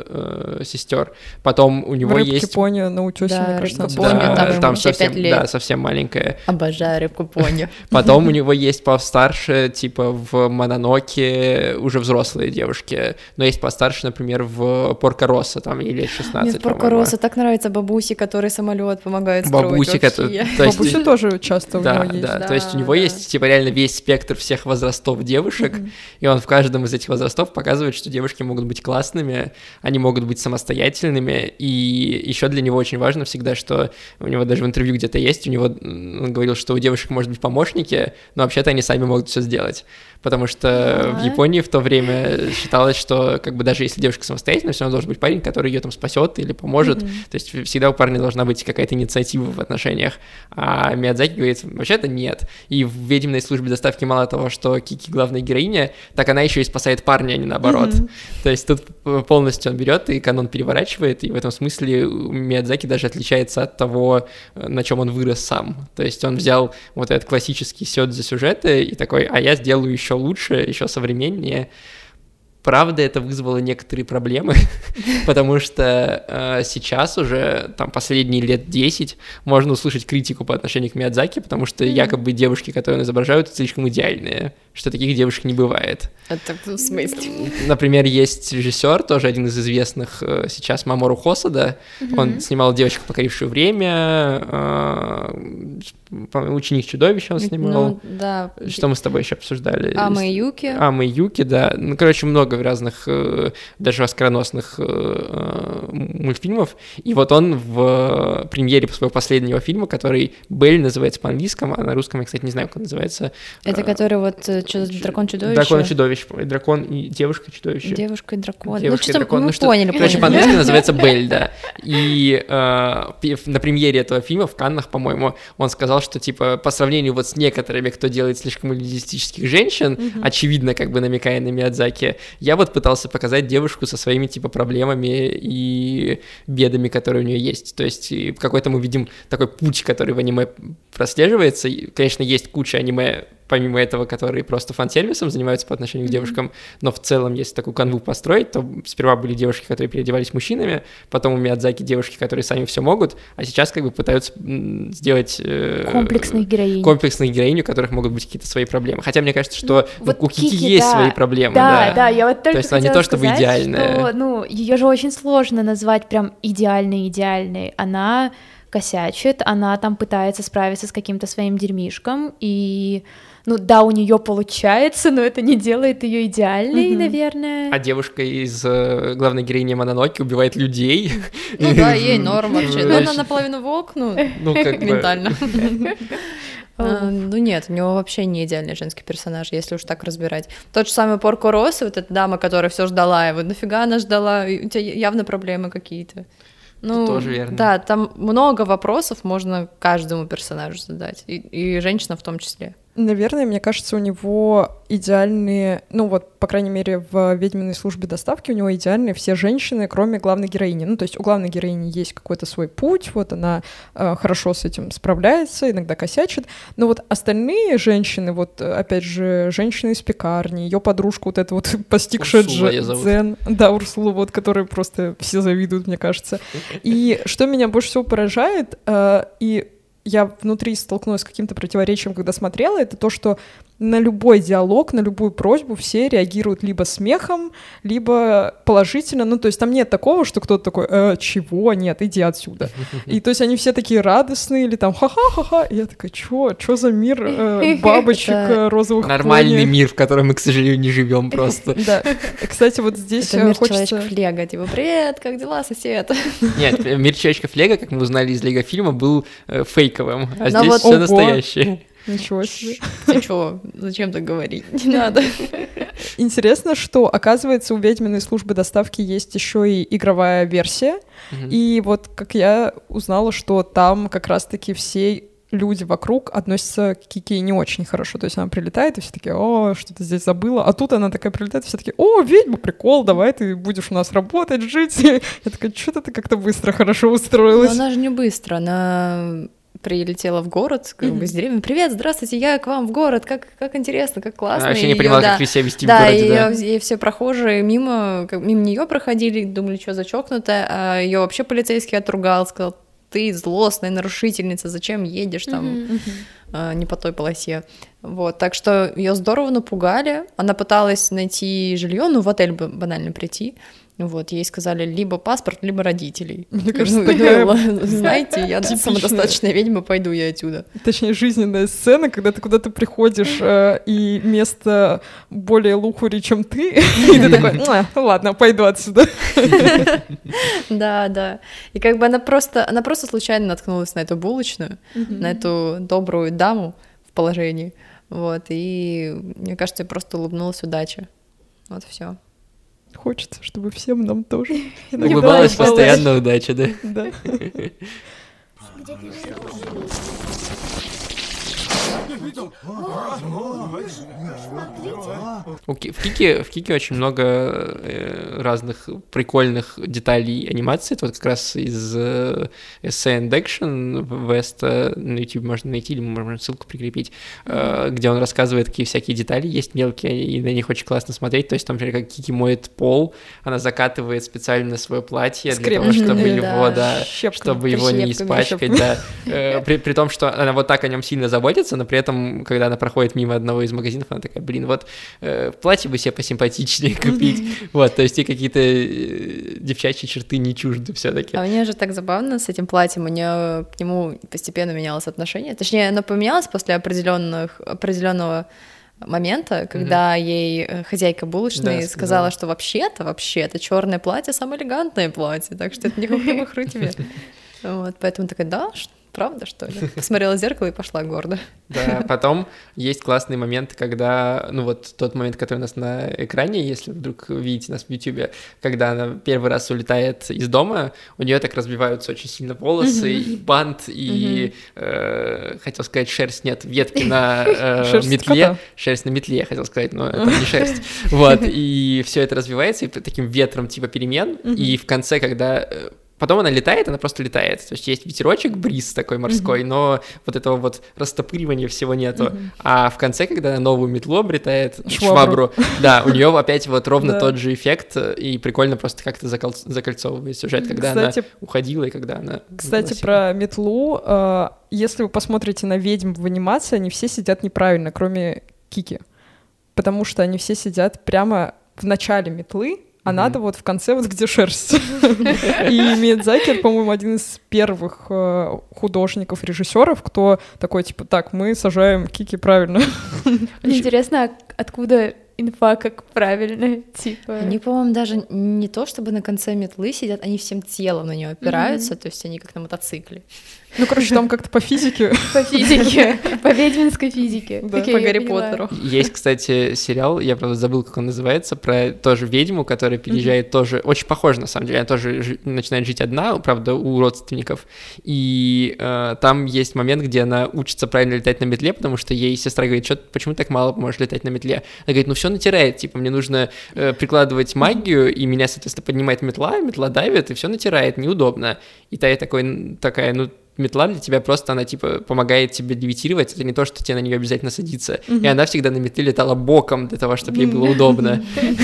сестер. Потом у него есть... есть... Пони на утёсе, мне кажется. Там совсем, 5 лет. Да, совсем маленькая. Обожаю рыбку пони. Потом у него есть постарше, типа в «Мононоке» уже взрослые девушки. Но есть постарше, например, в «Порко Россо», там ей лет 16, мне «Порко Россо» так нравится, бабуси, который самолет помогает строить. Бабуси тоже часто у него есть. Да, то есть у него есть типа реально весь спектр всех возрастов девушек, и он в каждом из этих возрастов показывает, что девушки могут быть классными, они могут быть самостоятельными, и еще для него очень важно всегда, что у него даже в интервью где-то есть, он говорил, что у девушек может быть помощники, но вообще-то они сами могут все сделать, потому что в Японии в то время считалось, что как бы даже если девушка самостоятельная, все равно должен быть парень, который ее там спасет или поможет, то есть всегда у парня должна быть какая-то инициатива в отношениях, а Миядзаки говорит: вообще-то нет, и в «Ведьминой службе доставки» мало того, что Кики главная героиня, так она еще и спасает парня, а не наоборот. То есть тут полностью он берет и канон переворачивает, и в этом смысле Миядзаки даже отличается от того, на чем он вырос сам. То есть он взял вот этот классический сюжеты и такой: а я сделаю еще лучше, еще современнее. Правда, это вызвало некоторые проблемы, потому что сейчас уже, там, последние лет 10 можно услышать критику по отношению к Миядзаки, потому что якобы девушки, которые он изображают, слишком идеальные, что таких девушек не бывает. Это в смысле? Например, есть режиссер, тоже один из известных сейчас, Мамору Хосода, он снимал «Девочку, покорившую время», «Ученик чудовища» он снимал. Ну, да. Что мы с тобой еще обсуждали? Ама и Юки. Ама и Юки, да. Ну, короче, много разных, даже оскароносных мультфильмов. И вот он в премьере своего последнего фильма, который «Белль» называется по-английскому, а на русском я, кстати, не знаю, как он называется. Это который вот дракон-чудовище? Дракон-чудовище. Дракон и девушка-чудовище. Девушка и дракон. Девушка и дракон. Мы поняли. Короче, по-английски называется «Белль», да. И на премьере этого фильма в Каннах, по-моему, он сказал, сказал, что, типа, по сравнению вот с некоторыми, кто делает слишком идеалистических женщин, очевидно, как бы намекая на Миядзаки, я вот пытался показать девушку со своими, типа, проблемами и бедами, которые у нее есть. То есть в какой-то мы видим такой путь, который в аниме прослеживается. И, конечно, есть куча аниме, помимо этого, которые просто фан-сервисом занимаются по отношению к девушкам, но в целом, если такую канву построить, то сперва были девушки, которые переодевались мужчинами, потом у Миядзаки девушки, которые сами все могут, а сейчас как бы пытаются сделать комплексных героинь, у которых могут быть какие-то свои проблемы. Хотя мне кажется, что вот у Кики есть свои проблемы. Да, я вот только то есть она не то чтобы идеальная. Что, ее же очень сложно назвать прям идеальной. Она косячит, она там пытается справиться с каким-то своим дерьмишком, и да, у нее получается, но это не делает ее идеальной, наверное. А девушка из главной героини Мононоке убивает людей. Ну да, ей норм вообще. Но она наполовину волк, как ментально. Ну нет, у него вообще не идеальный женский персонаж, если уж так разбирать. Тот же самый Порко Россо, вот эта дама, которая все ждала его, нафига она ждала, у тебя явно проблемы какие-то. Тоже верно. Да, там много вопросов можно каждому персонажу задать, и женщина в том числе. Наверное, мне кажется, у него идеальные, по крайней мере, в «Ведьминой службе доставки» у него идеальные все женщины, кроме главной героини. То есть у главной героини есть какой-то свой путь, вот она хорошо с этим справляется, иногда косячит, но вот остальные женщины, вот опять же, женщина из пекарни, ее подружка вот эта вот постигшая дзен, да, Урсула, вот, которой просто все завидуют, мне кажется. И что меня больше всего поражает, и я внутри столкнулась с каким-то противоречием, когда смотрела, это то, что на любой диалог, на любую просьбу все реагируют либо смехом, либо положительно. То есть там нет такого, что кто-то такой, чего? Нет, иди отсюда. И то есть они все такие радостные, или там ха-ха-ха-ха. И я такая, чё за мир бабочек розовых пони? Нормальный мир, в котором мы, к сожалению, не живем просто. Да. Кстати, вот здесь это мир хочется... человечков Лего, типа, привет, как дела, сосед? Нет, мир человечков Лего, как мы узнали из Лего-фильма, был фейковым, а здесь все настоящее. Ничего себе. Ты чё? Зачем так говорить? Не надо. Интересно, что, оказывается, у «Ведьминой службы доставки» есть еще и игровая версия. И вот как я узнала, что там как раз-таки все люди вокруг относятся к Кики не очень хорошо. То есть она прилетает, и все такие, что ты здесь забыла. А тут она такая прилетает, и все такие, ведьма, прикол, давай ты будешь у нас работать, жить. Я такая, что-то ты как-то быстро хорошо устроилась. Но она же не быстро, она... прилетела в город, как бы с деревьями. Привет, здравствуйте, я к вам в город, как интересно, как классно. Она вообще не понимала, как себя вести в городе, да. И все прохожие мимо нее проходили, думали, что за чокнутая, а ее вообще полицейский отругал, сказал, ты злостная нарушительница, зачем едешь там не по той полосе. Вот, так что ее здорово напугали. Она пыталась найти жилье, в отель банально прийти. Вот, ей сказали либо паспорт, либо родителей. Мне кажется, такая... Знаете, я самодостаточная ведьма, пойду я отсюда. Точнее, жизненная сцена, когда ты куда-то приходишь, и место более лухари, чем ты, и ты такой, ладно, пойду отсюда. Да. И как бы она просто случайно наткнулась на эту булочную, на эту добрую даму в положении. Вот, и мне кажется, я просто улыбнулась удачи. Вот все. Хочется, чтобы всем нам тоже. Улыбалась постоянно удача, да? Да. В Кике очень много разных прикольных деталей анимации. Это вот как раз из Essay and Action Веста на YouTube можно найти, или мы можем ссылку прикрепить, где он рассказывает, какие всякие детали есть мелкие, и на них очень классно смотреть. То есть, там, например, как Кики моет пол, она закатывает специально свое платье для того, чтобы его не испачкать. Да. При том, что она вот так о нем сильно заботится, но при этом, когда она проходит мимо одного из магазинов, она такая, платье бы себе посимпатичнее купить. Вот, то есть и какие-то девчачьи черты не чужды все-таки. А мне же так забавно с этим платьем, у нее к нему постепенно менялось отношение. Точнее, оно поменялось после определенного момента, когда ей хозяйка булочной сказала, что вообще-то черное платье самое элегантное платье, так что это не хухры-мухры тебе. Вот, поэтому такая, правда, что ли? Посмотрела в зеркало и пошла гордо. Да, потом есть классные моменты, когда, ну вот тот момент, который у нас на экране, если вдруг видите нас в Ютубе, когда она первый раз улетает из дома, у нее так разбиваются очень сильно волосы, и бант, и, хотел сказать, шерсть, нет, ветки на метле, шерсть на метле, я хотел сказать, но это не шерсть, вот, и все это развивается, и таким ветром типа перемен, и в конце, когда... Потом она летает, она просто летает. То есть есть ветерочек, бриз такой морской, но вот этого вот растопыривания всего нету. А в конце, когда она новую метлу обретает, швабру, да, у нее опять вот ровно тот же эффект, и прикольно просто как-то закольцовывает сюжет, когда она уходила и когда она... Кстати, про метлу, если вы посмотрите на ведьм в анимации, они все сидят неправильно, кроме Кики. Потому что они все сидят прямо в начале метлы, а надо вот в конце, вот где шерсть. И Миядзаки, по-моему, один из первых художников, режиссеров, кто такой, типа, так, мы сажаем Кики правильно. Интересно, откуда инфа как правильно, типа... Они, по-моему, даже не то, чтобы на конце метлы сидят, они всем телом на нее опираются, то есть они как на мотоцикле. Ну, короче, там как-то по физике. По физике, по ведьминской физике. По Гарри Поттеру. Есть, кстати, сериал, я, правда, забыл, как он называется, про тоже ведьму, которая переезжает тоже, очень похоже, на самом деле, она тоже начинает жить одна, правда, у родственников, и там есть момент, где она учится правильно летать на метле, потому что ей сестра говорит, что почему так мало можешь летать на метле? Она говорит, ну все натирает, типа, мне нужно прикладывать магию, и меня, соответственно, поднимает метла давит, и все натирает, неудобно. И такая, ну, метла для тебя просто, она, типа, помогает тебе левитировать, это не то, что тебе на нее обязательно садиться. И она всегда на метле летала боком для того, чтобы ей было удобно.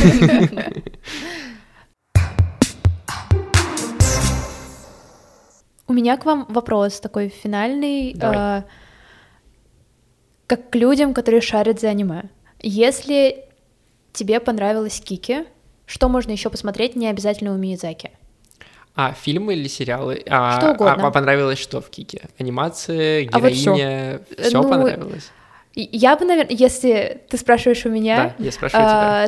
У меня к вам вопрос такой финальный, как к людям, которые шарят за аниме. Если тебе понравилась Кики, что можно еще посмотреть, не обязательно у Миядзаки? Фильмы или сериалы? Что угодно. Понравилось что в Кике? Анимация, героиня, все понравилось? Я бы, наверное, если ты спрашиваешь у меня, да, я спрашиваю тебя.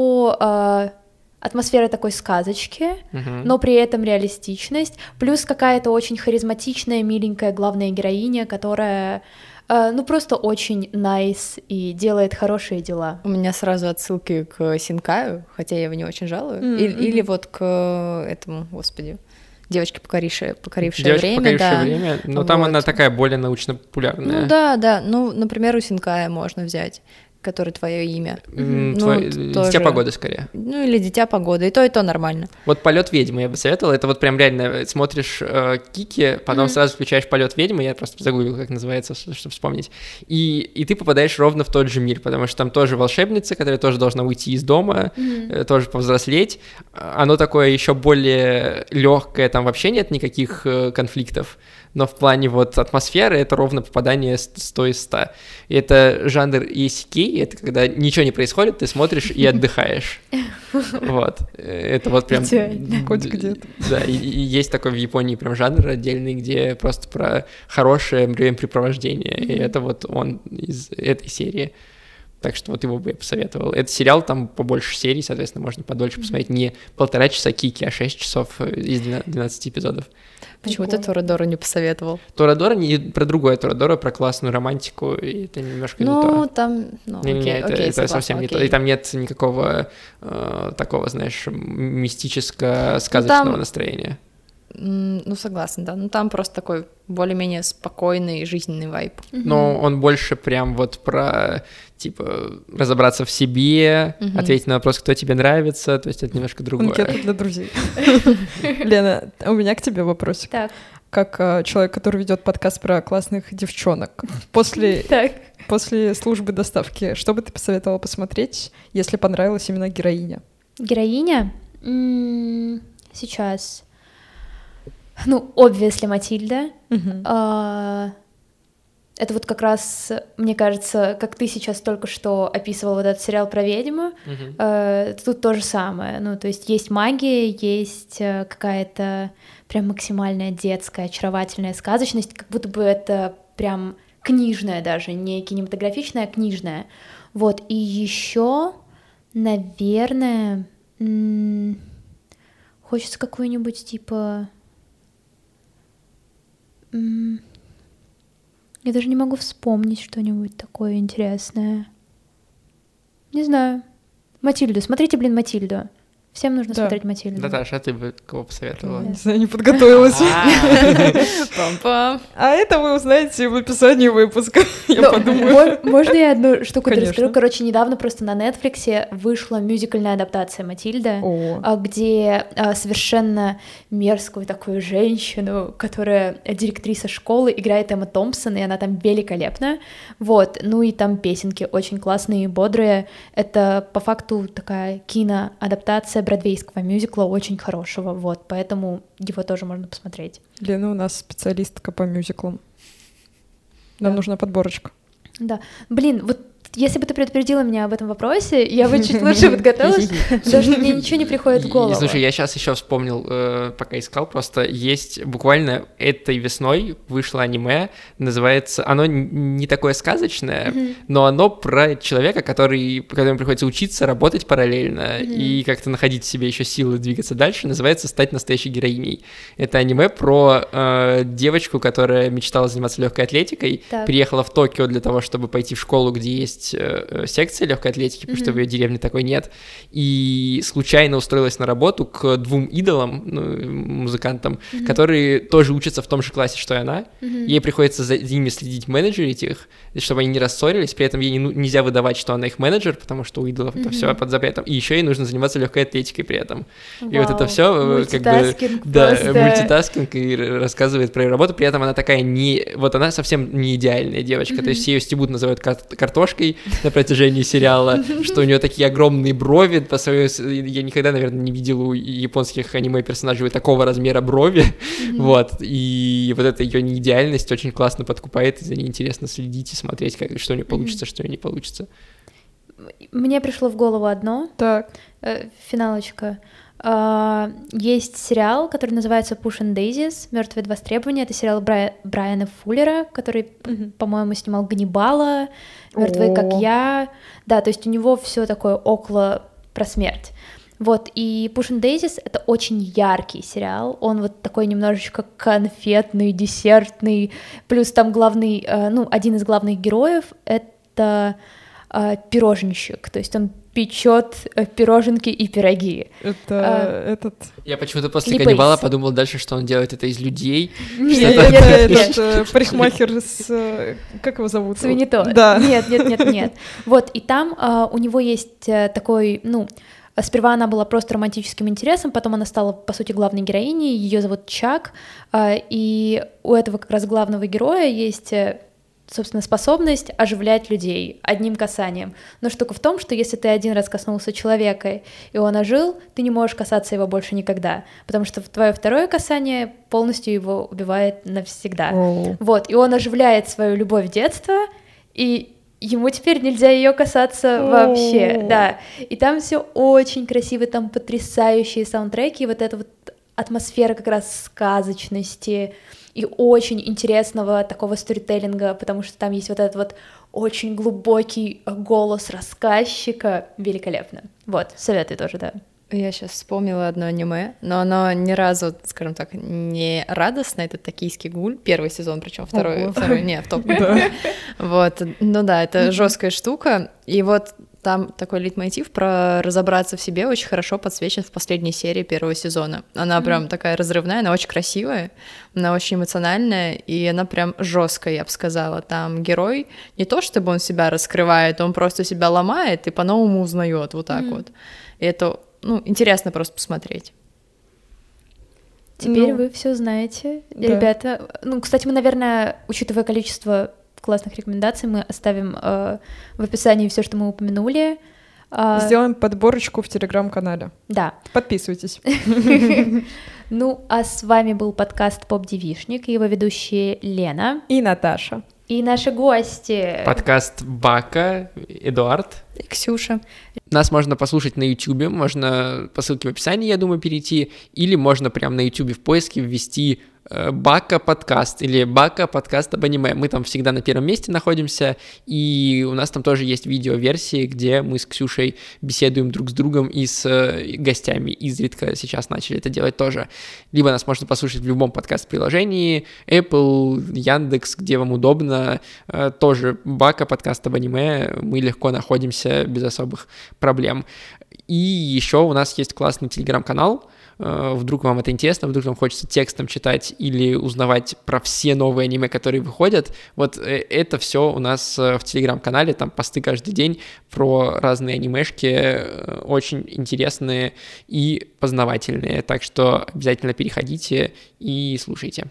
То атмосфера такой сказочки, но при этом реалистичность, плюс какая-то очень харизматичная, миленькая главная героиня, которая... ну, просто очень nice и делает хорошие дела. У меня сразу отсылки к Синкаю, хотя я его не очень жалую. Или вот к этому, господи, девочке, покорившей время. Но там она такая более научно-популярная. Ну да, ну, например, у Синкая можно взять, который твое имя. Дитя погоды, скорее. Ну, или Дитя погоды, и то нормально. Вот Полет ведьмы я бы советовал. Это вот прям реально смотришь Кики, потом сразу включаешь Полет ведьмы, я просто загуглил, как называется, чтобы вспомнить. И ты попадаешь ровно в тот же мир, потому что там тоже волшебница, которая тоже должна уйти из дома, тоже повзрослеть. Оно такое еще более легкое, там вообще нет никаких конфликтов. Но в плане вот атмосферы это ровно попадание 100 из 100. И это жанр ESK, это когда ничего не происходит, ты смотришь и отдыхаешь. Вот. Это вот прям... Хоть где-то. Да, и есть такой в Японии прям жанр отдельный, где просто про хорошее времяпрепровождение. И это вот он из этой серии. Так что вот его бы я посоветовал. Это сериал, там побольше серий, соответственно, можно подольше посмотреть. Не 1,5 часа Кики, а 6 часов из 12 эпизодов. Почему ты Торадору не посоветовал? Торадора не про другое, Торадора про классную романтику, и это немножко не то. Ну, там... это совсем не то. И там нет никакого такого, знаешь, мистическо-сказочного настроения. Ну, согласна, да. Ну, там просто такой более-менее спокойный жизненный вайб. Но он больше прям вот про, типа, разобраться в себе, ответить на вопрос, кто тебе нравится, то есть это немножко другое. Анкета для друзей. Лена, у меня к тебе вопросик. Так. Как человек, который ведет подкаст про классных девчонок, после службы доставки, что бы ты посоветовала посмотреть, если понравилась именно героиня? Героиня? Сейчас... Ну, obviously, Матильда. Это вот как раз, мне кажется, как ты сейчас только что описывал вот этот сериал про ведьму, тут то же самое. Ну, то есть есть магия, есть какая-то прям максимальная детская, очаровательная сказочность, как будто бы это прям книжная даже, не кинематографичная, а книжная. Вот, и еще, наверное, хочется какую-нибудь типа... Я даже не могу вспомнить что-нибудь такое интересное. Не знаю. Матильду. Смотрите, Матильду. Всем нужно смотреть Матильду. Наташа, а ты бы кого посоветовала? Не знаю, не подготовилась. Пам-пам. А это вы узнаете в описании выпуска, я подумаю. Можно я одну штуку Конечно. расскажу? Короче, недавно просто на Netflix вышла мюзикальная адаптация «Матильда», где совершенно мерзкую такую женщину, которая директриса школы, играет Эмма Томпсон, и она там великолепна. Вот. Ну и там песенки очень классные и бодрые. Это по факту такая киноадаптация бродвейского мюзикла очень хорошего, вот, поэтому его тоже можно посмотреть. Лена у нас специалистка по мюзиклам. Нам нужна подборочка. Да. Блин, вот если бы ты предупредила меня об этом вопросе, я бы чуть лучше подготовилась, потому что мне ничего не приходит в голову. Слушай, я сейчас еще вспомнил, пока искал, просто есть буквально этой весной вышло аниме, называется, оно не такое сказочное, но оно про человека, которому приходится учиться, работать параллельно и как-то находить в себе еще силы двигаться дальше, называется «Стать настоящей героиней». Это аниме про девочку, которая мечтала заниматься легкой атлетикой, приехала в Токио для того, чтобы пойти в школу, где есть секции легкой атлетики, потому что в ее деревне такой нет, и случайно устроилась на работу к двум идолам, музыкантам, которые тоже учатся в том же классе, что и она. Ей приходится за ними следить, менеджерить их, чтобы они не рассорились, при этом ей нельзя выдавать, что она их менеджер, потому что у идолов это все под запретом, и еще ей нужно заниматься легкой атлетикой при этом. И вот это все как бы мультитаскинг, и рассказывает про ее работу, при этом она такая вот она совсем не идеальная девочка, то есть все ее стебут, называют картошкой на протяжении сериала, что у нее такие огромные брови, я никогда, наверное, не видел у японских аниме-персонажей такого размера брови, вот, и вот эта ее неидеальность очень классно подкупает, и за ней интересно следить и смотреть, что у нее получится, что у нее не получится. Мне пришло в голову одно. Так. Финалочка. Есть сериал, который называется Push and Daisies, «Мертвые до востребования». Это сериал Брайана Фуллера, который, по-моему, снимал «Ганнибала», «Мертвые как я». Да, то есть у него все такое около про смерть. Вот, и Push and Daisies — это очень яркий сериал, он вот такой немножечко конфетный, десертный, плюс там главный, один из главных героев — это пирожничек, то есть он печет пироженки и пироги. Это Я почему-то после «Ганнибала» подумал дальше, что он делает это из людей. Этот парикмахер с... Как его зовут? Свинито. Да. Нет. Вот, и там у него есть такой, сперва она была просто романтическим интересом, потом она стала, по сути, главной героиней, ее зовут Чак, и у этого как раз главного героя есть... собственно, способность оживлять людей одним касанием. Но штука в том, что если ты один раз коснулся человека, и он ожил, ты не можешь касаться его больше никогда, потому что твое второе касание полностью его убивает навсегда. Вот, и он оживляет свою любовь детства, и ему теперь нельзя ее касаться вообще, да. И там все очень красиво, там потрясающие саундтреки, и вот эта вот атмосфера как раз сказочности, и очень интересного такого сторителлинга, потому что там есть вот этот вот очень глубокий голос рассказчика, великолепно. Вот, советую тоже, да. Я сейчас вспомнила одно аниме, но оно ни разу, скажем так, не радостное, это «Токийский гуль», первый сезон, причем второй не, в топ. Вот, это жесткая штука, и вот там такой лейтмотив про разобраться в себе очень хорошо подсвечен в последней серии первого сезона. Она прям такая разрывная, она очень красивая, она очень эмоциональная, и она прям жесткая, я бы сказала. Там герой не то чтобы он себя раскрывает, он просто себя ломает и по-новому узнает, вот так вот. И это, интересно просто посмотреть. Теперь вы все знаете, ребята. Кстати, мы, наверное, учитывая количество классных рекомендаций, мы оставим в описании все, что мы упомянули. Сделаем подборочку в Телеграм-канале. Да. Подписывайтесь. А с вами был подкаст «Поп-девишник», его ведущие Лена и Наташа. И наши гости. Подкаст Бака, Эдуард и Ксюша. Нас можно послушать на YouTube, можно по ссылке в описании, я думаю, перейти, или можно прямо на YouTube в поиске ввести Бака подкаст или Бака подкаст об аниме. Мы там всегда на первом месте находимся, и у нас там тоже есть видеоверсии, где мы с Ксюшей беседуем друг с другом и с гостями. Изредка сейчас начали это делать тоже. Либо нас можно послушать в любом подкаст-приложении, Apple, Яндекс, где вам удобно. Тоже Бака подкаст об аниме. Мы легко находимся без особых проблем. И еще у нас есть классный телеграм-канал. Вдруг вам это интересно, вдруг вам хочется текстом читать или узнавать про все новые аниме, которые выходят. Вот это все у нас в телеграм-канале, там посты каждый день про разные анимешки, очень интересные и познавательные. Так что обязательно переходите и слушайте.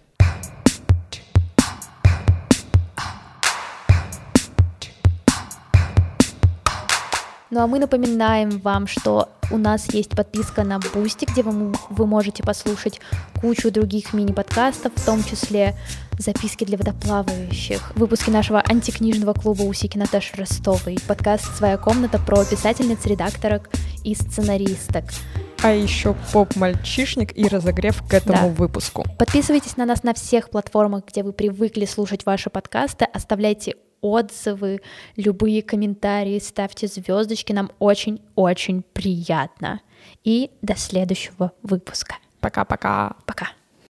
Ну а мы напоминаем вам, что у нас есть подписка на Boosty, где вы можете послушать кучу других мини-подкастов, в том числе записки для водоплавающих, выпуски нашего антикнижного клуба Усики Наташи Ростовой, подкаст «Своя комната» про писательниц, редакторок и сценаристок. А еще поп-мальчишник и разогрев к этому выпуску. Подписывайтесь на нас на всех платформах, где вы привыкли слушать ваши подкасты, оставляйте отзывы, любые комментарии, ставьте звездочки, нам очень-очень приятно. И до следующего выпуска. Пока-пока. Пока.